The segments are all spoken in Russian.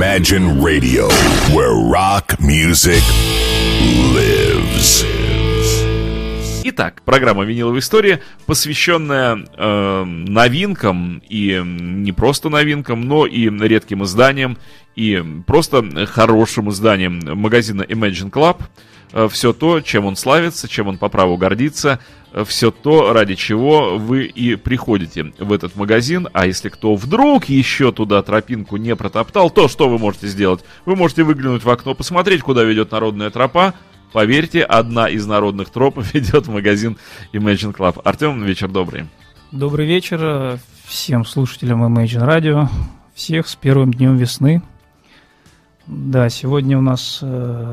Imagine Radio, where rock music lives. Итак, программа «Виниловая история», посвященная новинкам, и не просто новинкам, но и редким изданиям, и просто хорошим изданиям магазина Imagine Club. Все то, чем он славится, чем он по праву гордится, все то, ради чего вы и приходите в этот магазин. А если кто вдруг еще туда тропинку не протоптал, то что вы можете сделать? Вы можете выглянуть в окно, посмотреть, куда ведет народная тропа. Поверьте, одна из народных троп ведет в магазин Imagine Club. Артем, вечер добрый. Добрый вечер всем слушателям Imagine Radio. Всех с первым днем весны. Да, сегодня у нас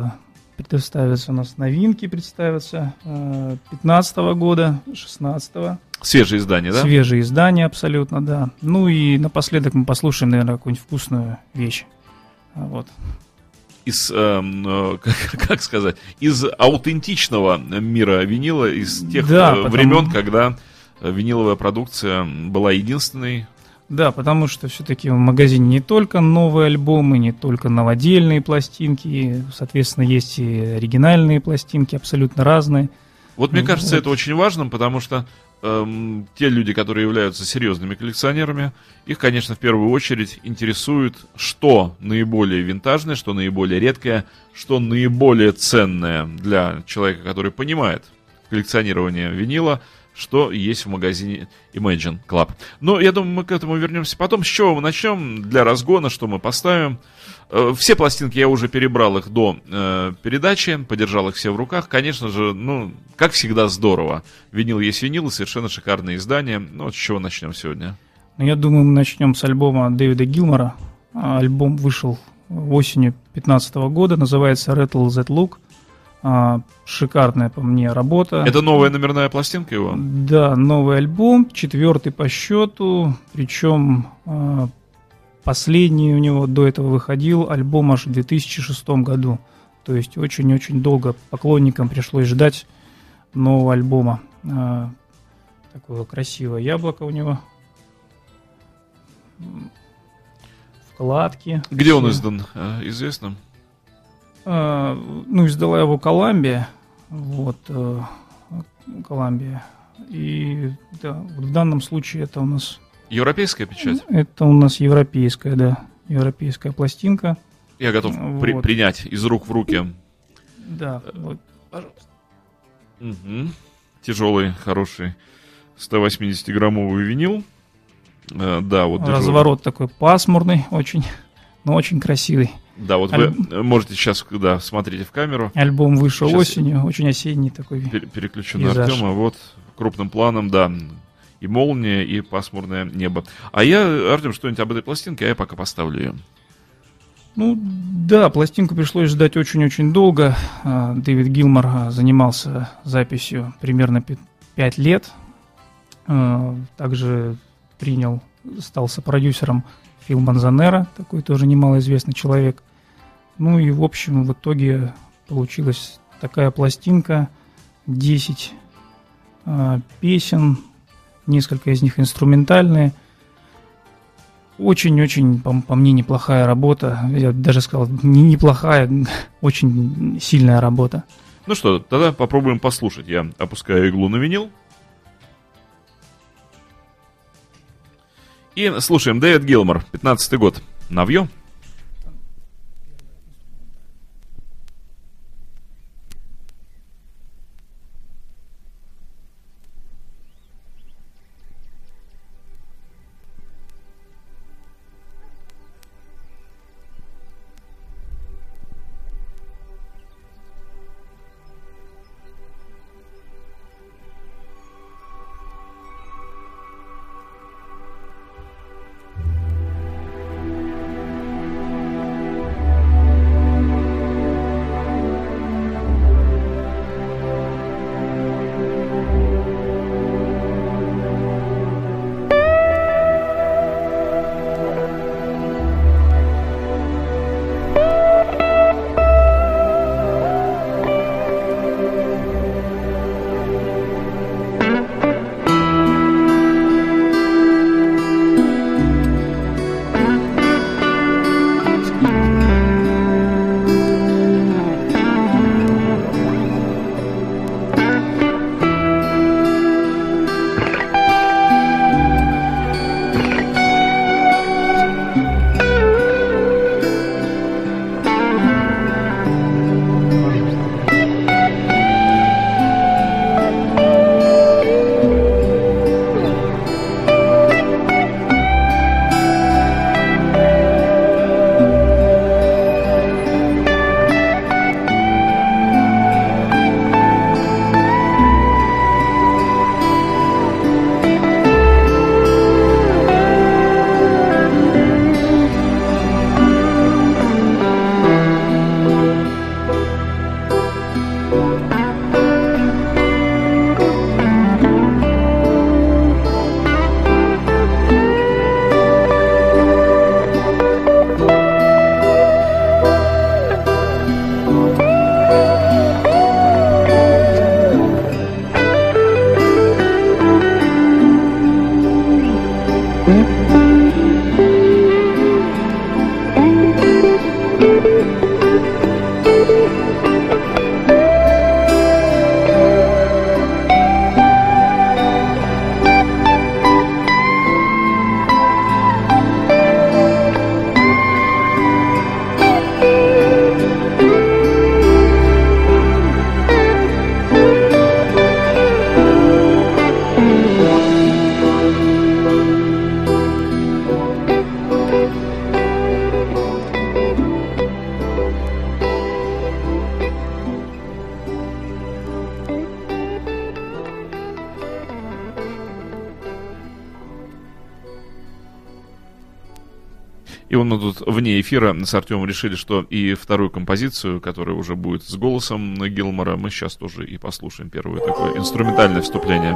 новинки, представятся 15-го года, 16-го. Свежие издания, да? Свежие издания, абсолютно, да. Ну и напоследок мы послушаем, наверное, какую-нибудь вкусную вещь. Вот. Из, как сказать, из аутентичного мира винила, из тех времен, когда виниловая продукция была единственной. Да, потому что все-таки в магазине не только новые альбомы, не только новодельные пластинки, соответственно, есть и оригинальные пластинки, абсолютно разные. Вот мне кажется, это очень важным, потому что те люди, которые являются серьезными коллекционерами, их, конечно, в первую очередь интересует, что наиболее винтажное, что наиболее редкое, что наиболее ценное для человека, который понимает коллекционирование винила, что есть в магазине Imagine Club. Но я думаю, мы к этому вернемся потом. С чего мы начнем для разгона, что мы поставим? Все пластинки я уже перебрал их до передачи, подержал их все в руках. Конечно же, как всегда, здорово. Винил есть винил, совершенно шикарное издание. Ну, вот с чего начнем сегодня? Я думаю, мы начнем с альбома Дэвида Гилмора. Альбом вышел осенью 2015 года, называется Rattle That Look. Шикарная по мне работа. Это новая номерная пластинка его? Да, новый альбом, 4-й по счету, причем последний у него до этого выходил альбом аж в 2006 году. То есть очень-очень долго поклонникам пришлось ждать нового альбома. Такое красивое яблоко у него. Вкладки. Где он издан, известно? Издала его Колумбия. Колумбия. И да, вот в данном случае это у нас... Европейская печать? Это у нас европейская, да. Европейская пластинка. Я готов принять из рук в руки. Да, вот, пожалуйста. Угу. Тяжелый, хороший 180-граммовый винил. Да, вот разворот такой пасмурный, очень, но очень красивый. Да, вот вы можете сейчас, когда смотрите в камеру. Альбом вышел осенью, очень осенний такой. Переключу на Артема, вот крупным планом, да, и молния, и пасмурное небо. А я, Артем, что-нибудь об этой пластинке, а я пока поставлю ее. Да, пластинку пришлось ждать очень-очень долго. Дэвид Гилмор занимался записью примерно 5 лет. Также стал сопродюсером Фил Манзанера, такой тоже немалоизвестный человек. И, в общем, в итоге получилась такая пластинка, 10 песен, несколько из них инструментальные. Очень-очень, по мне, неплохая работа. Я даже сказал, неплохая, очень сильная работа. Ну что, тогда попробуем послушать. Я опускаю иглу на винил. И слушаем Дэвид Гилмор, 15-й год. Навье. мы тут вне эфира с Артемом решили, что и вторую композицию, которая уже будет с голосом Гилмора, мы сейчас тоже и послушаем. Первое такое инструментальное вступление.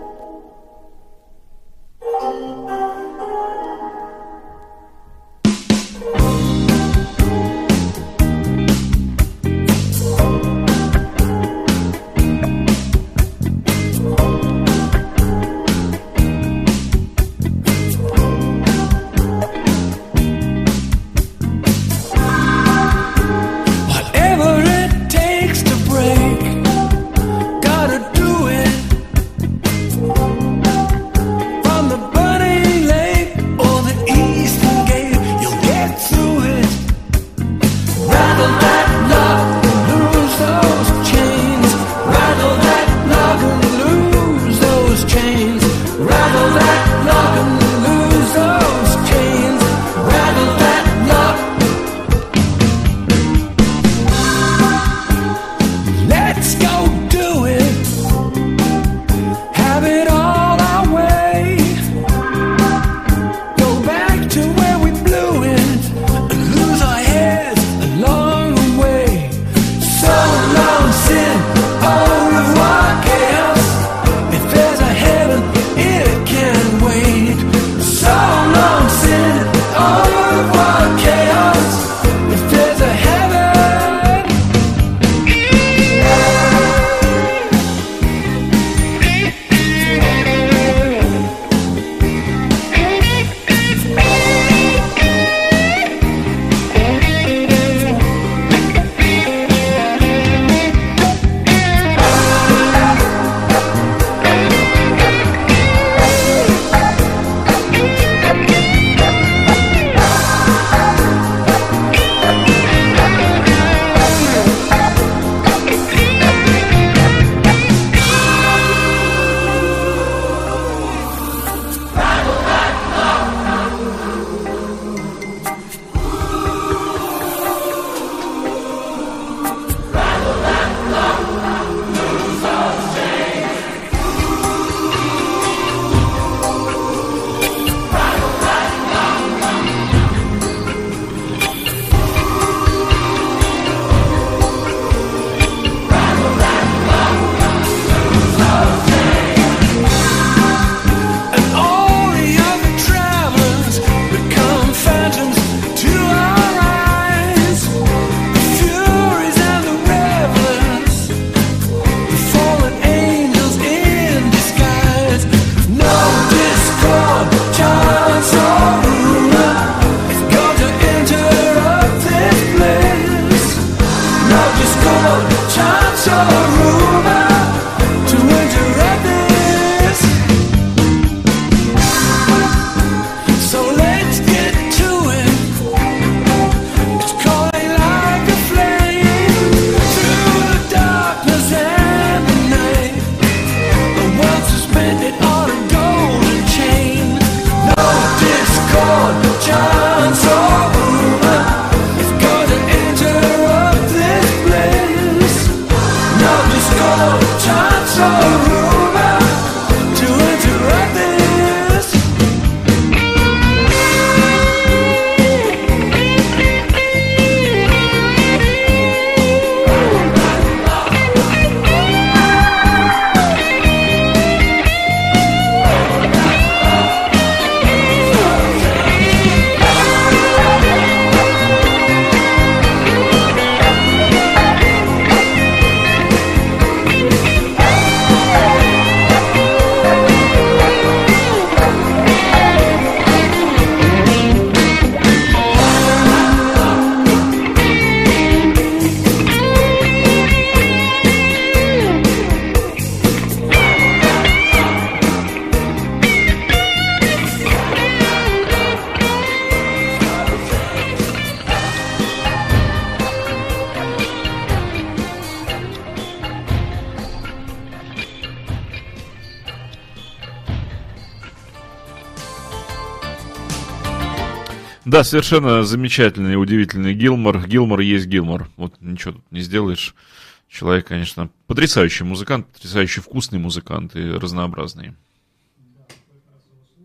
Да, совершенно замечательный и удивительный Гилмор. Гилмор есть Гилмор. Вот ничего тут не сделаешь. Человек, конечно, потрясающий музыкант, потрясающий вкусный музыкант и разнообразный.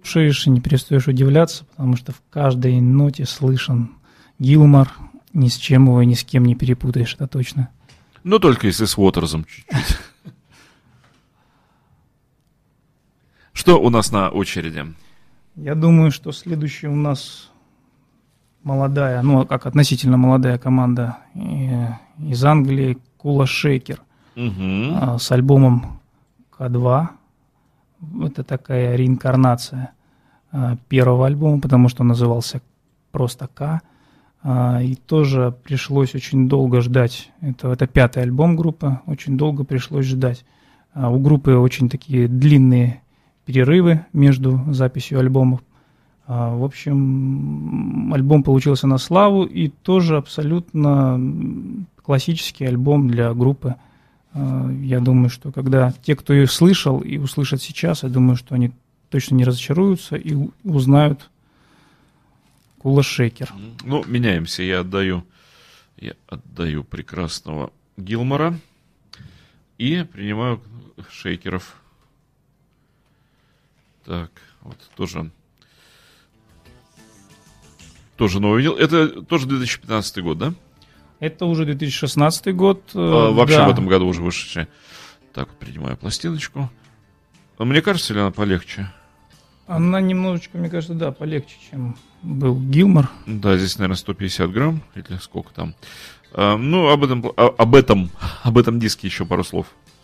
слушаешь и не перестаешь удивляться, потому что в каждой ноте слышен Гилмор, ни с чем его и ни с кем не перепутаешь, это точно. Ну, только если с Уотерсом чуть-чуть. Что у нас на очереди? Я думаю, что следующая у нас молодая, ну, как относительно молодая команда из Англии, Kula Shaker, с альбомом К2. Это такая реинкарнация первого альбома, потому что он назывался просто К. И тоже пришлось очень долго ждать. Это 5-й альбом группы, очень долго пришлось ждать. У группы очень такие длинные перерывы между записью альбомов. В общем, альбом получился на славу и тоже абсолютно классический альбом для группы. Я думаю, что когда те, кто ее слышал и услышат сейчас, я думаю, что они точно не разочаруются и узнают Kula Shaker. Ну, меняемся. Я отдаю прекрасного Гилмора и принимаю Шейкеров. Так, вот тоже новый видел. Это тоже 2015 год, да? Это уже 2016 год. Вообще да. в этом году уже вышедший. Так, вот принимаю пластиночку. А мне кажется, ли она полегче? Она немножечко, мне кажется, да, полегче, чем был Гилмор. Да, здесь, наверное, 150 грамм, или сколько там. Ну, об этом диске еще пару слов.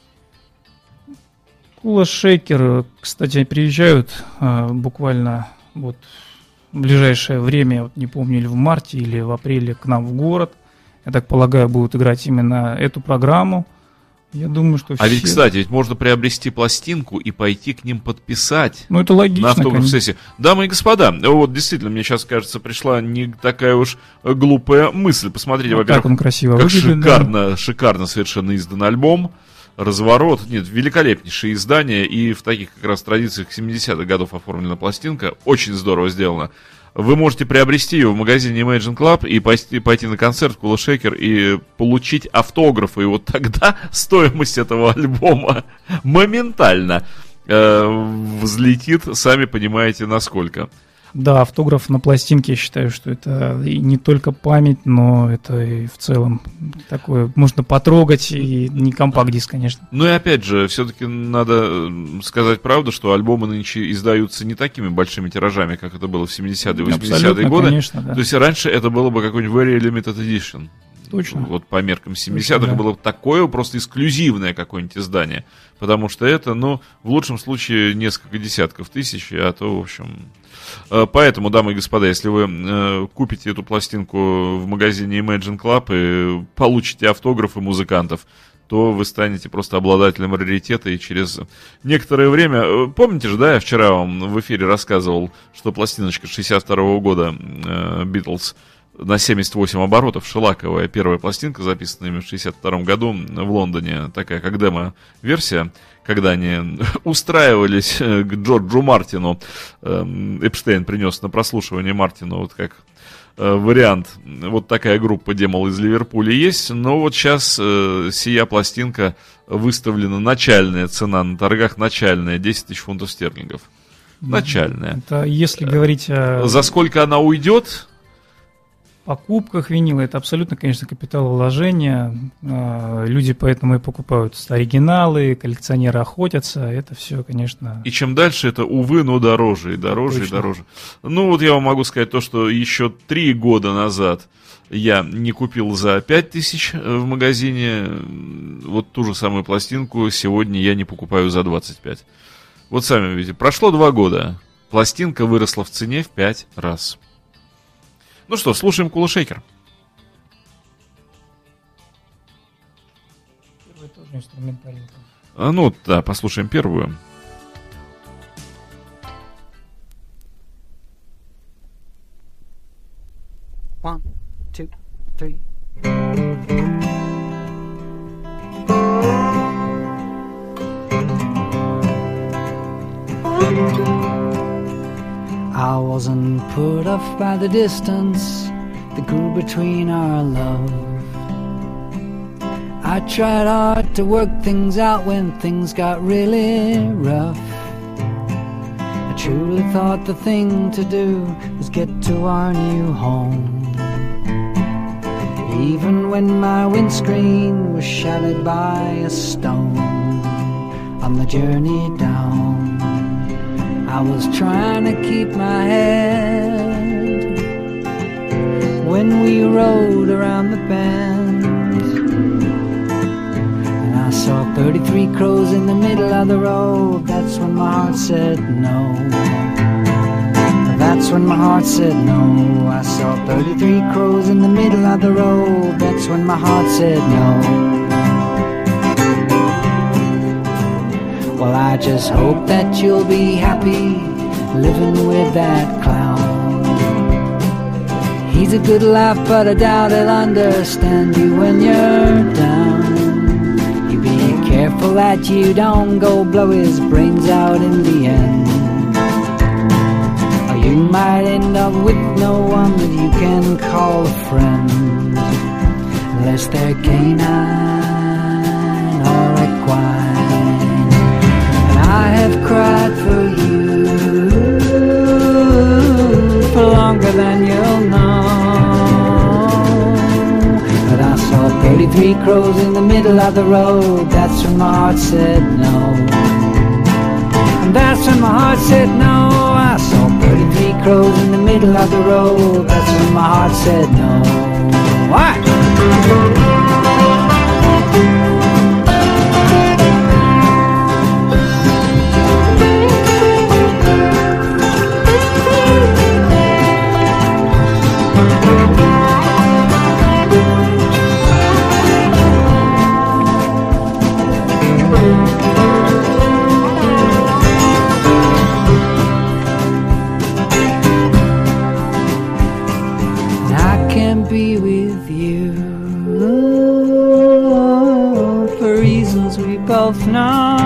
Kula Shaker, кстати, приезжают буквально вот в ближайшее время, вот не помню, или в марте, или в апреле к нам в город. Я так полагаю, будут играть именно эту программу. Я думаю, что все... А ведь, кстати, можно приобрести пластинку и пойти к ним подписать. Ну, это логично, на автограф-сессии. Дамы и господа, вот действительно, мне сейчас, кажется, пришла не такая уж глупая мысль. Посмотрите, вот во-первых, как он красиво как выглядит, шикарно совершенно издан альбом. Разворот, нет, великолепнейшее издание. И в таких как раз традициях 70-х годов оформлена пластинка. Очень здорово сделано. Вы можете приобрести ее в магазине Imagine Club и пойти на концерт Kula Shaker и получить автографы. И вот тогда стоимость этого альбома моментально взлетит, сами понимаете, насколько. Да, автограф на пластинке, я считаю, что это и не только память, но это и в целом такое можно потрогать, и не компакт-диск, конечно. Ну и опять же, все-таки надо сказать правду, что альбомы нынче издаются не такими большими тиражами, как это было в 70-е, 80-е годы. Конечно, да. То есть раньше это было бы какой-нибудь Very Limited Edition. Точно. Вот по меркам 70-х да. было такое просто эксклюзивное какое-нибудь издание. Потому что это, ну, в лучшем случае несколько десятков тысяч, а то, в общем... Поэтому, дамы и господа, если вы купите эту пластинку в магазине Imagine Club и получите автографы музыкантов, то вы станете просто обладателем раритета, и через некоторое время... Помните же, да, я вчера вам в эфире рассказывал, что пластиночка 62-го года Beatles на 78 оборотов, шелаковая первая пластинка, записанная ими в 62 году в Лондоне, такая как демо-версия, когда они устраивались к Джорджу Мартину. Эпштейн принес на прослушивание Мартину вот как вариант. Вот такая группа демол из Ливерпуля есть, но вот сейчас сия пластинка выставлена, начальная цена на торгах, начальная, 10 тысяч фунтов стерлингов. Начальная. Это если говорить о... За сколько она уйдет... покупках винила, это абсолютно, конечно, капиталовложение. Люди поэтому и покупают оригиналы, коллекционеры охотятся. Это все, конечно... И чем дальше, это, увы, но дороже, и дороже, точно. и дороже. Ну, вот я вам могу сказать то, что еще 3 года назад я не купил за 5000 в магазине вот ту же самую пластинку. Сегодня я не покупаю за 25. Вот сами видите, прошло 2 года. Пластинка выросла в цене в 5 раз. Ну что, слушаем Kula Shaker. Первый тоже инструментальный. Ну да, послушаем первую. One, two, three. I wasn't put off by the distance that grew between our love. I tried hard to work things out when things got really rough. I truly thought the thing to do was get to our new home. Even when my windscreen was shattered by a stone, on the journey down, I was trying to keep my head when we rode around the bend. And I saw 33 crows in the middle of the road. That's when my heart said no. That's when my heart said no. I saw 33 crows in the middle of the road. That's when my heart said no. Well, I just hope that you'll be happy living with that clown. He's a good laugh, but I doubt he'll understand you when you're down. You be careful that you don't go blow his brains out in the end. You might end up with no one that you can call a friend, unless they're canine or equine. And I have cried for you for longer than you'll know. But I saw 33 crows in the middle of the road. That's when my heart said no. And that's when my heart said no. I saw 33 crows in the middle of the road. That's when my heart said no. Why? Be with you for reasons we both know.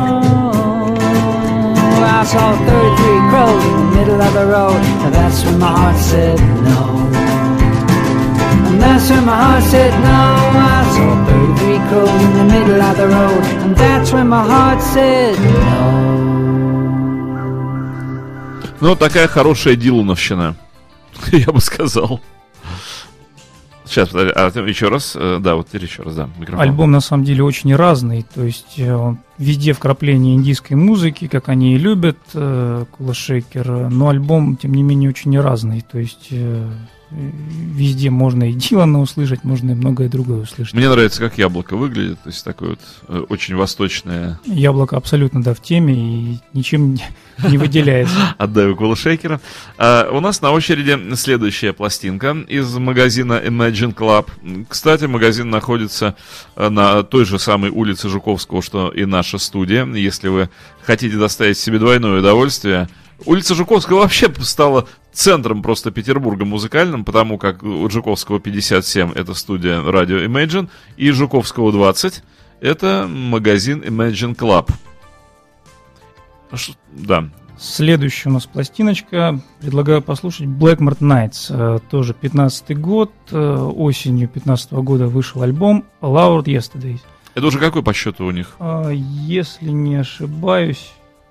I saw 33 crows in the middle of the road, and that's when my heart said no. And that's when my heart said no. I saw 33 crows in the middle of the road, and that's when my heart said no. Ну, такая хорошая дилановщина, я бы сказал. Сейчас, еще раз. Да, вот теперь еще раз, да. Микрофон. Альбом на самом деле очень разный. То есть везде вкрапление индийской музыки, как они и любят, Kula Shaker. Но альбом, тем не менее, очень разный. То есть везде можно и Дилана услышать, можно и многое другое услышать. Мне нравится, как яблоко выглядит. То есть такое вот очень восточное. Яблоко абсолютно, да, в теме и ничем не выделяется. Отдаю Kula Shaker. У нас на очереди следующая пластинка из магазина Imagine Club. Кстати, магазин находится на той же самой улице Жуковского, что и наша студия. Если вы хотите доставить себе двойное удовольствие. Улица Жуковского вообще стала центром просто Петербурга музыкальным, потому как у Жуковского 57 это студия радио Imagine, и Жуковского 20 это магазин Imagine Club. Да. Следующая у нас пластиночка. Предлагаю послушать Blackmore Nights. Тоже 15-й год. Осенью 15-го года вышел альбом Loud Yesterdays. Это уже какой по счету у них? Если не ошибаюсь,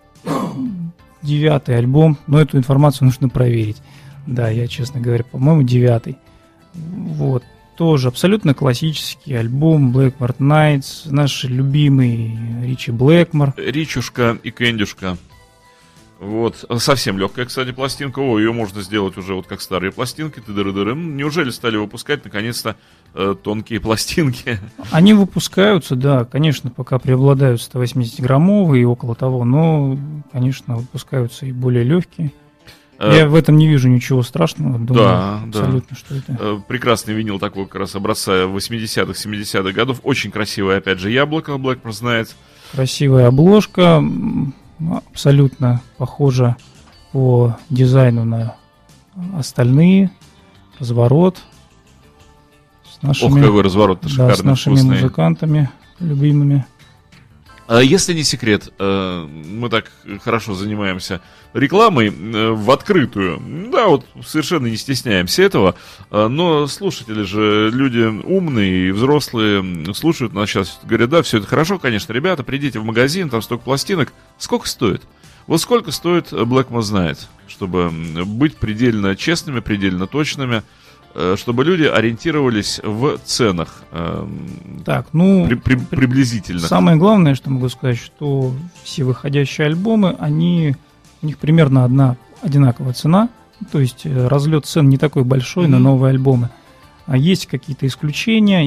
9-й альбом. Но эту информацию нужно проверить. Да, я, честно говоря, по-моему, 9-й. Вот. Тоже абсолютно классический альбом Blackmore Nights. Наш любимый Ричи Блэкмор. Ричушка и Кэндюшка. Вот. Совсем легкая, кстати, пластинка. О, ее можно сделать уже вот как старые пластинки. Неужели стали выпускать, наконец-то, тонкие пластинки? Они выпускаются, да, конечно, пока преобладают 180-граммовые и около того, но, конечно, выпускаются и более легкие. Я в этом не вижу ничего страшного. Думаю, да, абсолютно, да. что это. Прекрасный винил такого как раз образца 80-х, 70-х годов. Очень красивое, опять же, яблоко, Blackmore знает. Красивая обложка. Абсолютно похожа по дизайну на остальные. Разворот. С нашими, какой разворот-то шикарный, да, с нашими вкусный. Музыкантами любимыми. Если не секрет, мы так хорошо занимаемся рекламой в открытую. Да, вот совершенно не стесняемся этого. Но слушатели же люди умные и взрослые, слушают нас сейчас, говорят, да, все это хорошо, конечно, ребята, придите в магазин, там столько пластинок. Сколько стоит? Вот сколько стоит Blackmo знает, чтобы быть предельно честными, предельно точными, чтобы люди ориентировались в ценах Так, ну, приблизительно. самое главное, что могу сказать, что все выходящие альбомы, у них примерно одинаковая цена, то есть разлет цен не такой большой на новые альбомы. А есть какие-то исключения,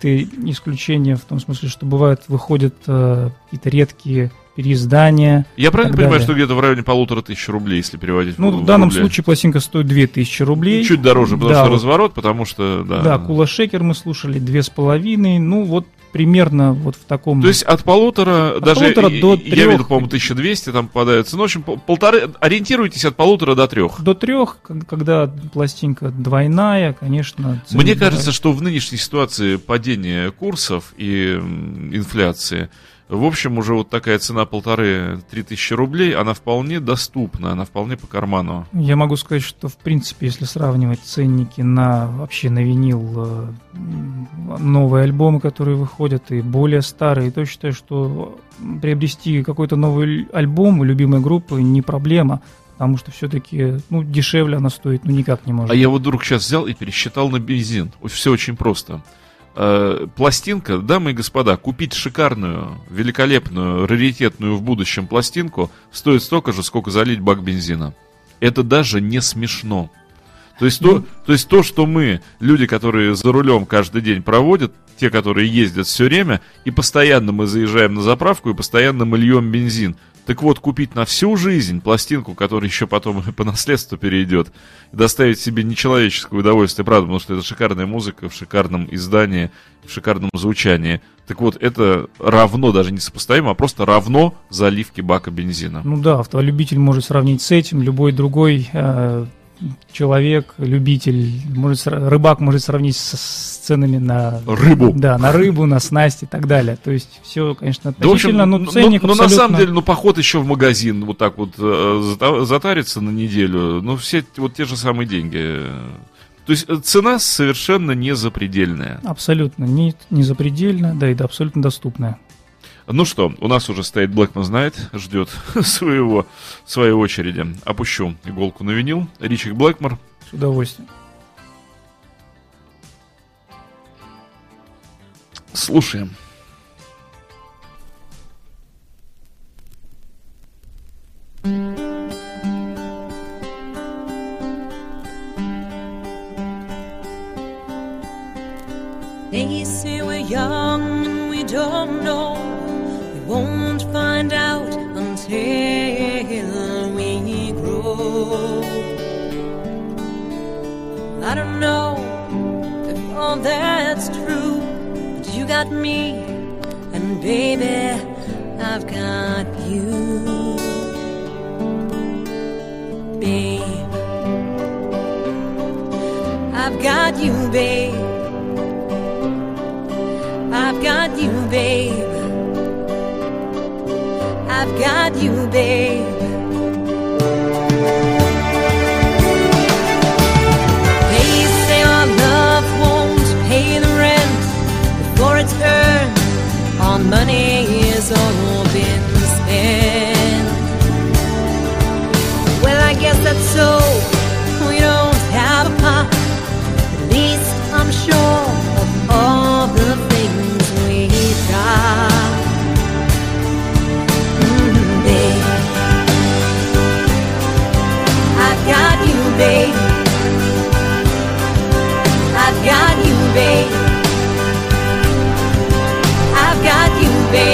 в том смысле, что бывают, выходят какие-то редкие переиздания. Я правильно понимаю, далее. что где-то в районе 1500 рублей, если переводить Ну, в в данном рубли? случае пластинка стоит 2000 рублей. Чуть дороже, потому Да, что вот. разворот, потому что... Да, Кула Шекер мы слушали 2,5. Ну, вот примерно вот в таком... То есть от полутора, От даже полутора до я 3. видел, по-моему, 1200 там попадается. Ну, в общем, ориентируйтесь от 1,5 до 3. До 3, когда пластинка двойная, конечно... цены Мне бывают. кажется, что в нынешней ситуации падения курсов и инфляции, в общем, уже вот такая цена 1500-3 тысячи рублей, она вполне доступна, она вполне по карману. Я могу сказать, что, в принципе, если сравнивать ценники вообще на винил, новые альбомы, которые выходят, и более старые, то считаю, что приобрести какой-то новый альбом у любимой группы не проблема, потому что все-таки, дешевле она стоит, никак не может. А я вот вдруг сейчас взял и пересчитал на бензин. Все очень просто. Пластинка, дамы и господа, купить шикарную, великолепную, раритетную в будущем пластинку стоит столько же, сколько залить бак бензина. Это даже не смешно. То есть то, что мы, люди, которые за рулем каждый день проводят, те, которые ездят все время, и постоянно мы заезжаем на заправку, и постоянно мы льем бензин. Так вот, купить на всю жизнь пластинку, которая еще потом и по наследству перейдет, и доставить себе нечеловеческое удовольствие, правда, потому что это шикарная музыка в шикарном издании, в шикарном звучании. Так вот, это равно, даже не сопоставимо, а просто равно заливке бака бензина. Ну да, автолюбитель может сравнить с этим, любой другой человек, любитель, рыбак может сравнить с ценами на рыбу. Да, на рыбу, на снасти и так далее. То есть все, конечно, Да, в общем, относительно, ценник на абсолютно... самом деле, поход еще в магазин вот так вот затариться на неделю, все вот те же самые деньги. То есть цена совершенно не запредельная. Абсолютно не запредельная, да, и да, абсолютно доступная. Ну что, у нас уже стоит Blackmo знает, ждет своей очереди. Опущу иголку на винил. Ричик Блэкмор. С удовольствием. Слушаем. They say we're young and we don't know. We won't find out until we grow. I don't know if all that's true, but you got me, and baby, I've got you. Babe, I've got you, babe. I've got you, babe. I've got you, babe. They say our love won't pay the rent before it's earned. Our money is all been spent. Well, I guess that's so. We don't have a pot. At least I'm sure of all the things we tried. Babe, I've got you, babe. I've got you, babe. I've got you, babe.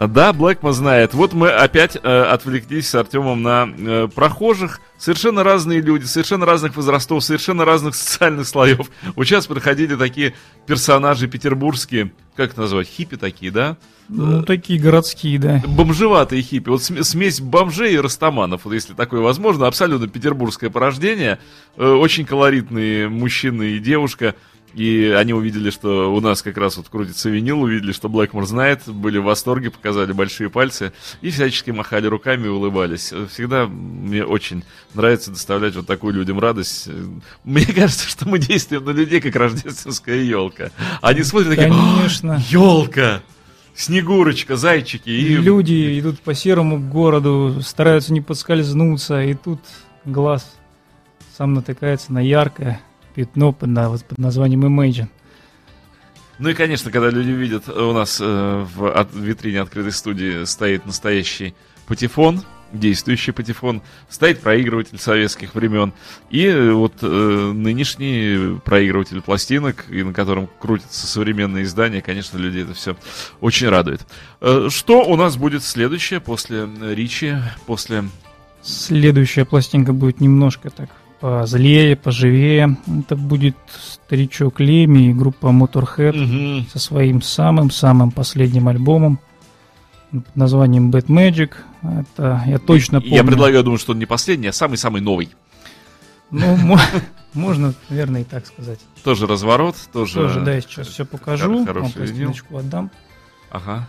Да, Блэкмор знает. Вот мы опять отвлеклись с Артемом на прохожих. Совершенно разные люди, совершенно разных возрастов, совершенно разных социальных слоев. Вот сейчас проходили такие персонажи петербургские, как это назвать, хиппи такие, да? Ну, такие городские, да. Бомжеватые хиппи. Вот смесь бомжей и растаманов, вот если такое возможно. Абсолютно петербургское порождение. Очень колоритные мужчина и девушка. И они увидели, что у нас как раз вот крутится винил, увидели, что Блэкмор знает, были в восторге, показали большие пальцы и всячески махали руками и улыбались. Всегда мне очень нравится доставлять вот такую людям радость. Мне кажется, что мы действуем на людей, как рождественская елка. Они смотрят такие: конечно, елка, Снегурочка, зайчики. И люди идут по серому городу, стараются не подскользнуться, и тут глаз сам натыкается на яркое пятно под названием Imagine. Ну и, конечно, когда люди видят, у нас в витрине открытой студии стоит настоящий патефон, действующий патефон, стоит проигрыватель советских времен, и вот нынешний проигрыватель пластинок, и на котором крутятся современные издания, конечно, людей это все очень радует. Что у нас будет следующее после Ричи, после... Следующая пластинка будет немножко так позлее, поживее. Это будет старичок Леми и группа Motorhead со своим самым-самым последним альбомом под названием Bad Magic. Это я точно помню. Я предлагаю, думаю, что он не последний, а самый-самый новый. Ну, можно, наверное, и так сказать. Тоже разворот, тоже... Да, я сейчас все покажу. Вам Хороший пластиночку отдам. Ага.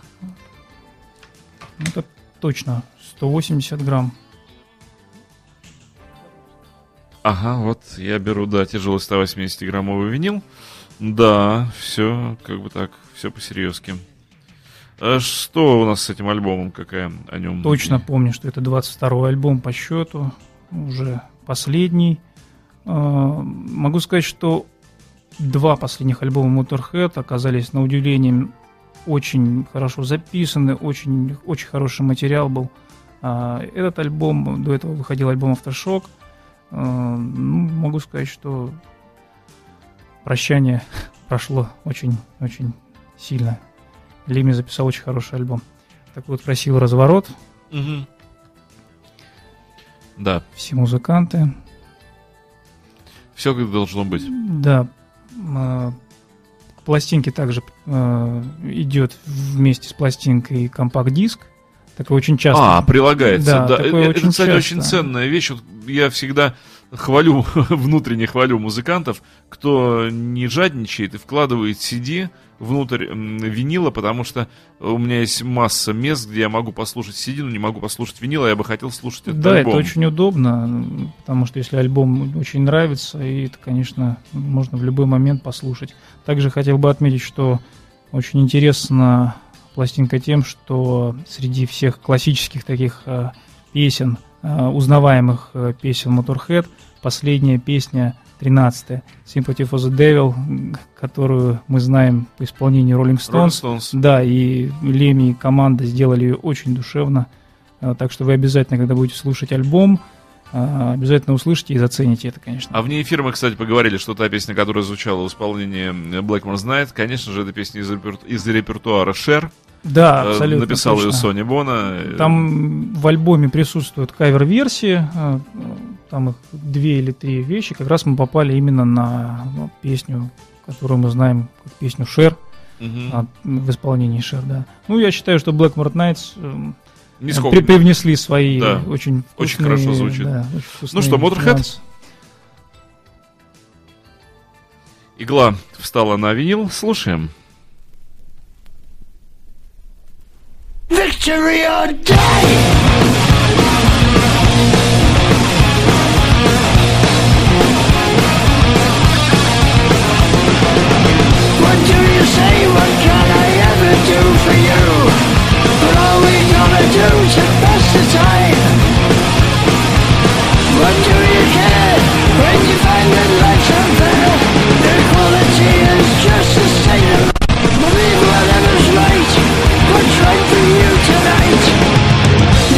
Это точно 180 грамм. Ага, вот я беру, да, тяжелый 180-граммовый винил. Да, все, как бы так, все по-серьезки. А что у нас с этим альбомом, какая о нем? Точно помню, что это 22-й альбом по счету, уже последний. Могу сказать, что два последних альбома Motorhead оказались, на удивление, очень хорошо записаны, очень, очень хороший материал был. Этот альбом, до этого выходил альбом Aftershock. Могу сказать, что прощание прошло очень-очень сильно. Леми записал очень хороший альбом. Такой вот красивый разворот. Угу. Да. Все музыканты. Все как должно быть. Да. К пластинке также идет вместе с пластинкой компакт-диск. Такое очень часто. Прилагается, да. Это, кстати, часто. очень ценная вещь. Вот я всегда внутренне хвалю музыкантов, кто не жадничает и вкладывает CD внутрь винила, потому что у меня есть масса мест, где я могу послушать CD, но не могу послушать винил, а я бы хотел слушать этот альбом. Да, это очень удобно, потому что если альбом очень нравится, и это, конечно, можно в любой момент послушать. Также хотел бы отметить, что очень интересно пластинка тем, что среди всех классических таких песен, узнаваемых песен Motorhead, последняя песня, 13-я, Sympathy for the Devil, которую мы знаем по исполнению Rolling Stones. Да, и Леми и команда сделали ее очень душевно. Так что вы обязательно, когда будете слушать альбом, обязательно услышите и зацените это, конечно. А вне эфира мы, кстати, поговорили, что та песня, которая звучала в исполнении Blackmore Знает, конечно же, это песня из репертуара Cher. Да, абсолютно. Написала точно. ее Сони Бона. Там в альбоме присутствуют кавер-версии, там их 2 или 3 вещи. Как раз мы попали именно на песню, которую мы знаем как песню Cher, в исполнении Cher, да. Ну, я считаю, что Blackmore Nights привнесли свои очень вкусные... Очень хорошо звучит. Да, очень вкусные. Ну что, Motorhead? Игла встала на винил, слушаем. Victory or die! What do you say? What can I ever do for you? But all we gonna do to pass the time? What do you care when you find that life's unfair? Equality is just a state of believe whatever's right. What's right for you tonight?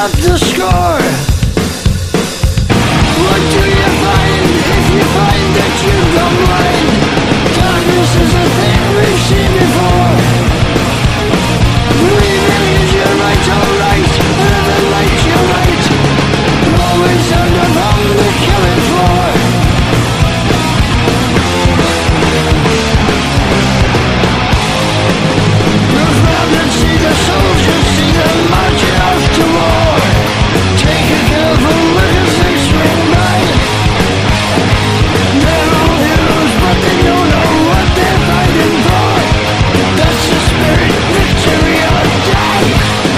up the score. What do you find if you find that you've gone blind? Darkness is a thing we've seen before. Believing is your right, alright. And the light you're right. Always under on the killing floor. Look round and see the soldiers, see them marching off to war. Take a careful look as they swing by. They're all heroes, but they don't know what they're fighting for. That's the spirit, victory or die.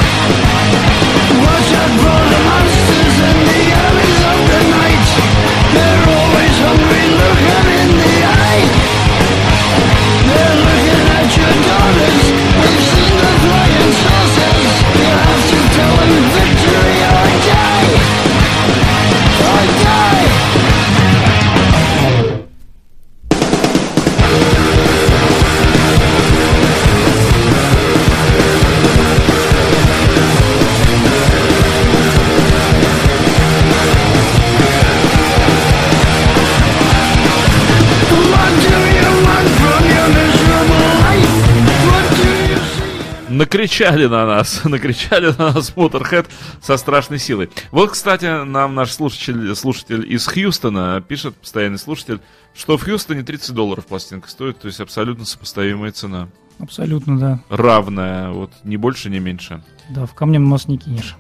Watch out for the monsters and the armies of the night. They're always hungry, look them in the eye. They're looking at your daughters. They've seen the flying saucers. You have to tell them victory or die. Or die. What do you want from your miserable life? What do you see? Накричали на нас Motorhead со страшной силой. Вот, кстати, нам наш слушатель из Хьюстона пишет, постоянный слушатель, что в Хьюстоне $30 пластинка стоит, то есть абсолютно сопоставимая цена. Абсолютно, да. Равная, вот ни больше, ни меньше. Да, в камнем нос не кинешь.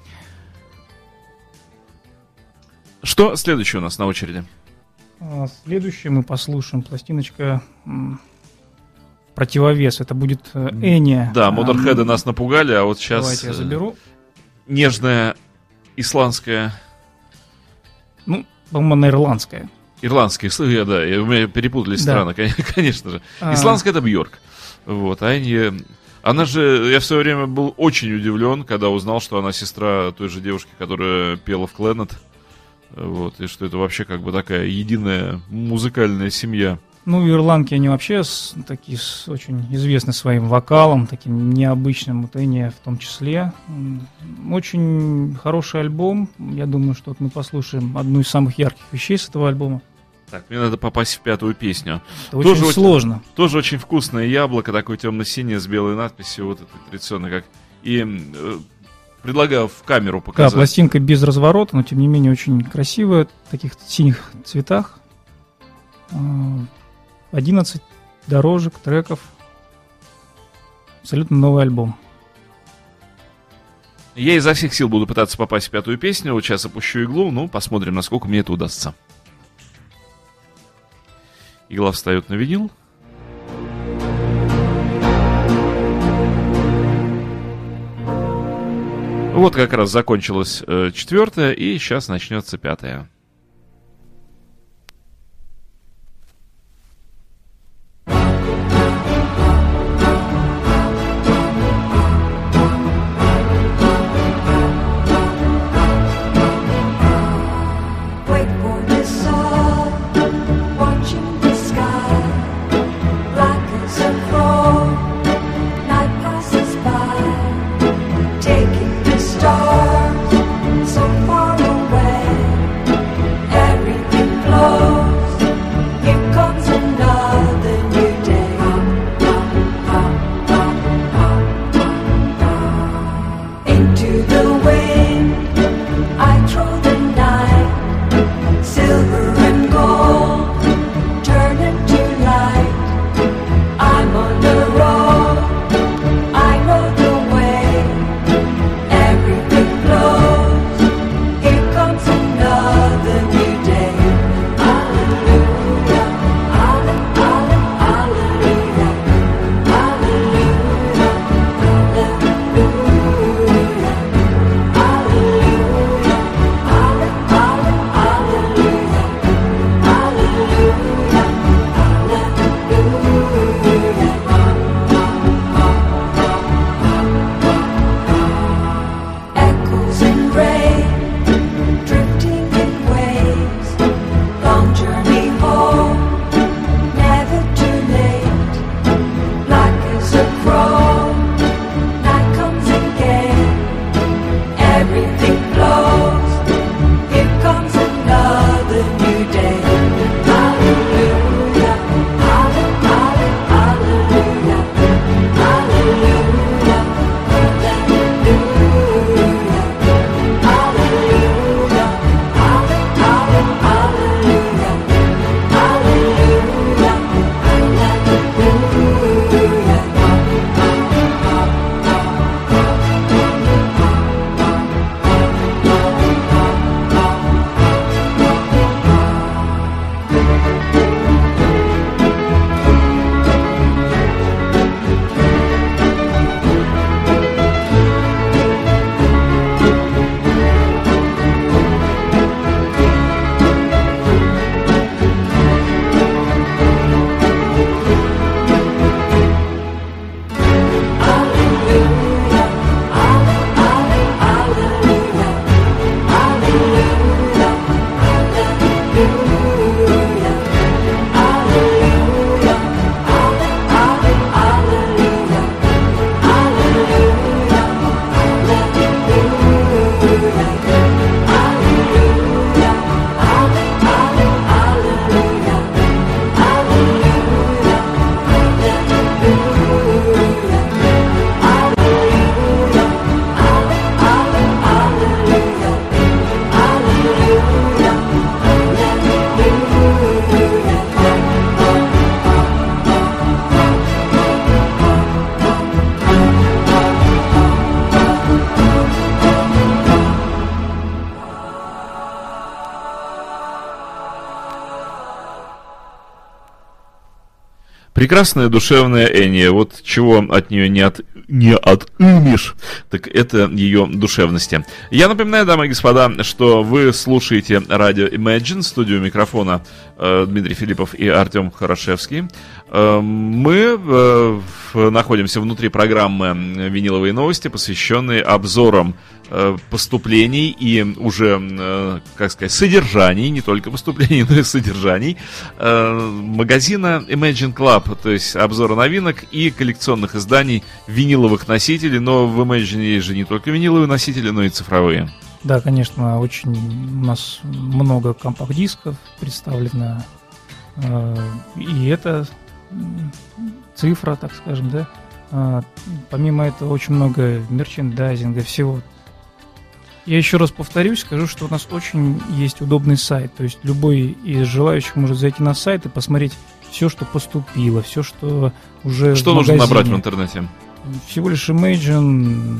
Что следующее у нас на очереди? Следующее мы послушаем. Пластиночка противовес. Это будет Эния. Да, Motorhead нас напугали, а вот сейчас Давайте я заберу. нежная исландская... Ну, по-моему, она ирландская. Ирландские, да, у меня перепутались Да. страны, конечно же. Исландская — это Бьорк. Вот, а Эния... Она же, я в свое время был очень удивлен, когда узнал, что она сестра той же девушки, которая пела в Клэнет. Вот, и что это вообще как бы такая единая музыкальная семья. Ну, ирландки, они вообще такие очень известны своим вокалом, таким необычным, вот Эния в том числе. Очень хороший альбом. Я думаю, что вот мы послушаем одну из самых ярких вещей с этого альбома. Так, мне надо попасть в пятую песню. Это очень Тоже сложно. Тоже очень вкусное яблоко, такое темно-синее с белой надписью, вот это традиционно как. И предлагаю в камеру Да, показать. пластинка без разворота, но тем не менее очень красивая, в таких синих цветах. 11 дорожек, треков. Абсолютно новый альбом. Я изо всех сил буду пытаться попасть в пятую песню. Вот сейчас опущу иглу, ну, посмотрим, насколько мне это удастся. Игла встает на винил. Вот как раз закончилась четвертая, и сейчас начнется пятая. Wait for the sun, watching the sky, black as a crow. Night passes by, taking the stars so far away. Прекрасная душевная Эния. Вот чего от нее не отымешь, так это ее душевности. Я напоминаю, дамы и господа, что вы слушаете радио Imagine, студию микрофона Дмитрий Филиппов и Артем Хорошевский. Мы находимся внутри программы «Виниловые новости», посвященной обзорам поступлений и уже, как сказать, содержаний, не только поступлений, но и содержаний магазина Imagine Club, то есть обзора новинок и коллекционных изданий виниловых носителей, но в Imagine есть же не только виниловые носители, но и цифровые. Да, конечно, очень у нас много компакт-дисков представлено, и это цифра, так скажем, да. Помимо этого очень много мерчендайзинга, всего. Я еще раз повторюсь, скажу, что у нас очень есть удобный сайт. То есть любой из желающих может зайти на сайт и посмотреть все, что поступило, все, что уже что в нужно магазине. набрать в интернете? Всего лишь Imagine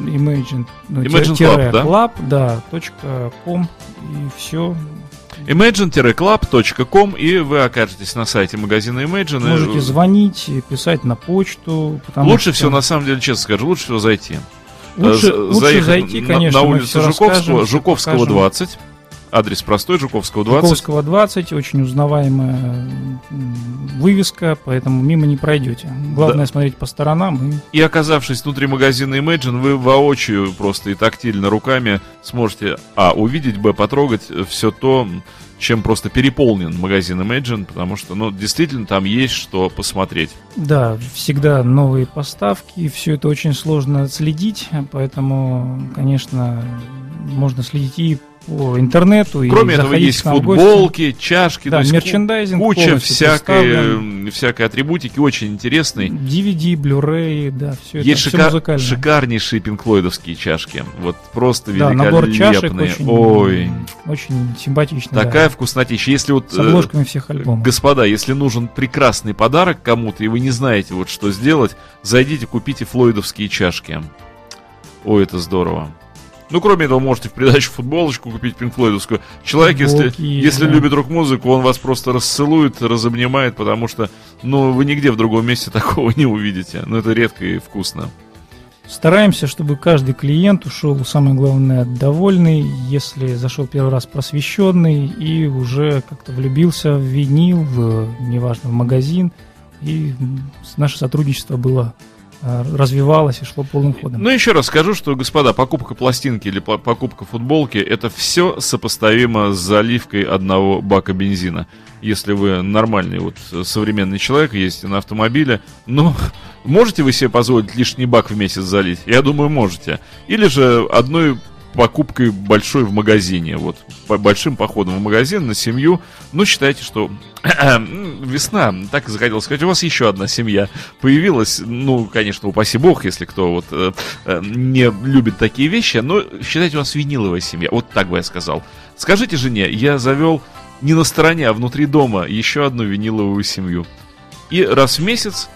Club, да? Club, да, .com и все. Imagine-club.com, и вы окажетесь на сайте магазина Imagine. Можете звонить, писать на почту. Лучше всего, на самом деле, честно скажу, лучше всего зайти. Лучше зайти, конечно, на улицу Жуковского 20. Адрес простой, Жуковского 20. Жуковского 20, очень узнаваемая вывеска, поэтому мимо не пройдете. Главное смотреть по сторонам. И оказавшись внутри магазина Imagine, вы воочию просто и тактильно руками сможете увидеть, потрогать все то, чем просто переполнен магазин Imagine, потому что, действительно, там есть что посмотреть. Да, всегда новые поставки, все это очень сложно отследить, поэтому, конечно, можно следить и по интернету. Кроме этого, есть футболки, чашки, да, то есть мерчендайзинг, куча всякой атрибутики, очень интересной. DVD, Blu-ray, да, все есть это, все музыкальное. Шикарнейшие пинк-флойдовские чашки, вот просто великолепные. Набор чашек очень симпатичный. Такая вкуснотища. Если вот, с обложками всех альбомов. Господа, если нужен прекрасный подарок кому-то, и вы не знаете, что сделать, зайдите, купите флойдовские чашки. Ой, это здорово. Кроме этого, можете в придачу футболочку купить пинк-флойдовскую. Человек, если любит рок-музыку, он вас просто расцелует, разобнимает, потому что, вы нигде в другом месте такого не увидите. Это редко и вкусно. Стараемся, чтобы каждый клиент ушел, самое главное, довольный, если зашел первый раз просвещенный и уже как-то влюбился в винил, неважно, в магазин, и наше сотрудничество было развивалось и шло полным ходом. Еще раз скажу, что, господа, покупка пластинки или покупка футболки — это все сопоставимо с заливкой одного бака бензина. Если вы нормальный современный человек, ездите на автомобиле, можете вы себе позволить лишний бак в месяц залить? Я думаю, можете. Или же одной покупкой большой в магазине, большим походом в магазин на семью, считайте, что весна, так и захотелось сказать, у вас еще одна семья появилась, конечно, упаси бог, если кто не любит такие вещи, но считайте, у вас виниловая семья, так бы я сказал. Скажите жене, я завел не на стороне, а внутри дома еще одну виниловую семью, и раз в месяц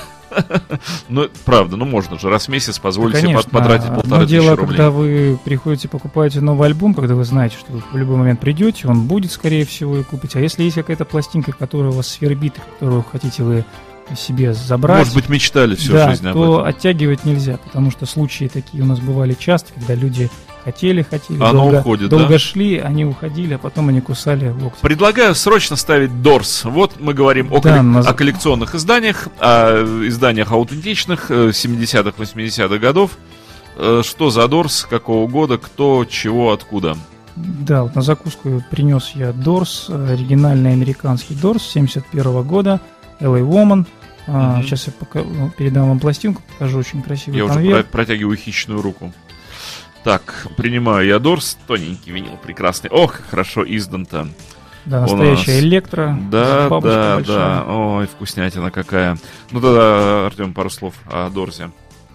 правда, можно же раз в месяц позволить себе потратить 1500 дело, рублей. Когда вы приходите, покупаете новый альбом, когда вы знаете, что вы в любой момент придете, он будет, скорее всего, и купите. А если есть какая-то пластинка, которая вас свербит, которую хотите вы себе забрать, может быть, мечтали всю жизнь об этом, то оттягивать нельзя, потому что случаи такие у нас бывали часто, когда люди хотели, долго шли, они уходили, а потом они кусали локти. Предлагаю срочно ставить Doors. Мы говорим о коллекционных изданиях, о изданиях аутентичных 70-х, 80-х годов. Что за Doors, какого года, кто, чего, откуда? Да, на закуску принес я Doors, оригинальный американский Doors 71 года, LA Woman. Сейчас я передам вам пластинку, покажу, очень красивый конверт. Я уже протягиваю хищную руку. Так, принимаю я Doors, тоненький винил, прекрасный. Ох, хорошо издан-то. Да, настоящая электро. Да. Ой, вкуснятина какая. Тогда, Артем, пару слов о Дорсе.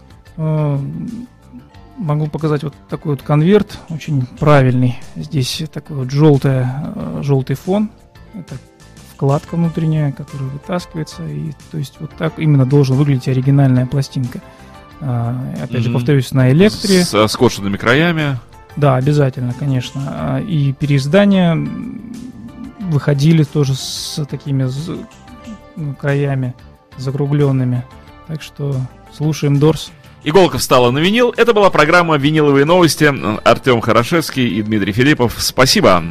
Могу показать такой конверт, очень правильный. Здесь такой желтый фон. Это вкладка внутренняя, которая вытаскивается. И, то есть так именно должен выглядеть оригинальная пластинка. Опять же, повторюсь, на электре. С скошенными краями. Да, обязательно, конечно. И переиздания выходили тоже с такими краями. закругленными. Так что слушаем Doors. Иголка встала на винил. Это была программа «Виниловые новости». Артем Хорошевский и Дмитрий Филиппов. Спасибо.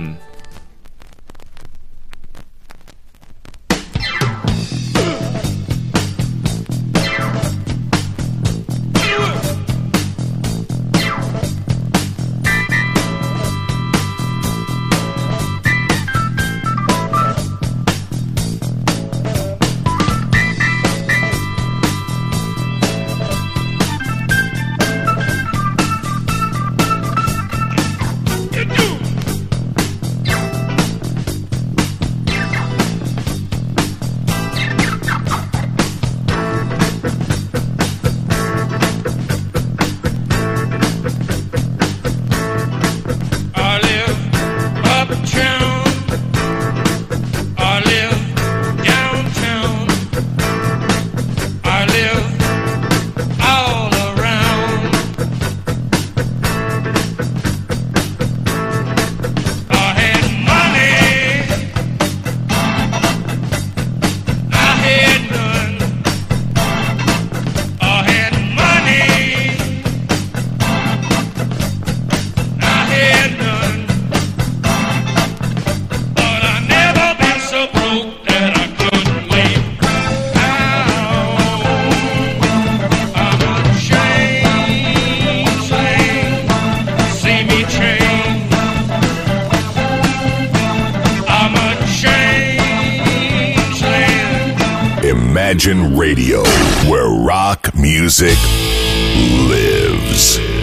Imagine Radio, where rock music lives.